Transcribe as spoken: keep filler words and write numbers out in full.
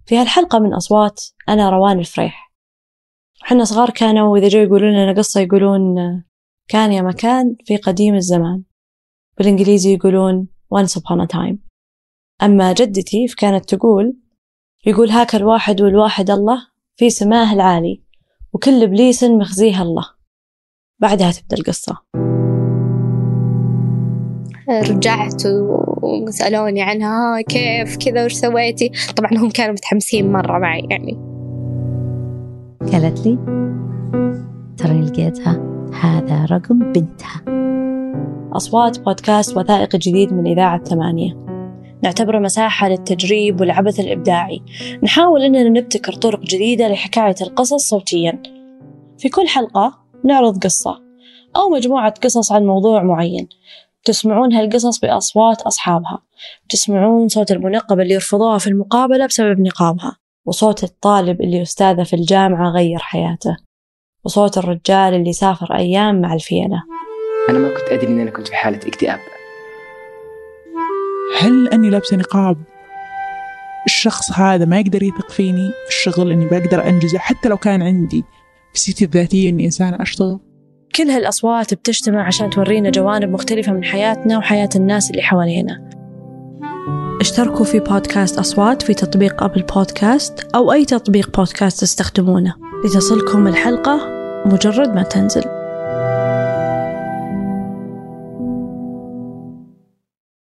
في هالحلقة من أصوات أنا روان الفريح. حنا صغار كانوا وإذا جو يقولون لنا قصة يقولون كان يا مكان في قديم الزمان، بالإنجليزي يقولون once upon a time. أما جدتي كانت تقول يقول هاك الواحد والواحد الله في سماه العالي وكل إبليس مخزيها الله. بعدها تبدأ القصة. رجعت وسألوني عنها كيف كذا وش سويتي. طبعا هم كانوا متحمسين مرة معي يعني. قالت لي ترى لقيتها، هذا رقم بنتها. أصوات بودكاست وثائقي جديد من إذاعة ثمانية، نعتبره مساحة للتجريب والعبث الإبداعي. نحاول أننا نبتكر طرق جديدة لحكاية القصص صوتياً. في كل حلقة نعرض قصة أو مجموعة قصص عن موضوع معين، تسمعون هالقصص بأصوات أصحابها، تسمعون صوت المنقبة اللي يرفضوها في المقابلة بسبب نقابها، وصوت الطالب اللي أستاذه في الجامعة غير حياته، وصوت الرجال اللي سافر أيام مع الفيلة. أنا ما كنت أدري إن أنا كنت في حالة اكتئاب. هل أني لابسة نقاب الشخص هذا ما يقدر يثق فيني في الشغل إني بقدر أنجزه حتى لو كان عندي في سيرتي الذاتية إني إنسان أشتغل؟ كل هالأصوات بتجتمع عشان تورينا جوانب مختلفة من حياتنا وحياة الناس اللي حوالينا. اشتركوا في بودكاست أصوات في تطبيق أبل بودكاست أو أي تطبيق بودكاست تستخدمونه لتصلكم الحلقة مجرد ما تنزل.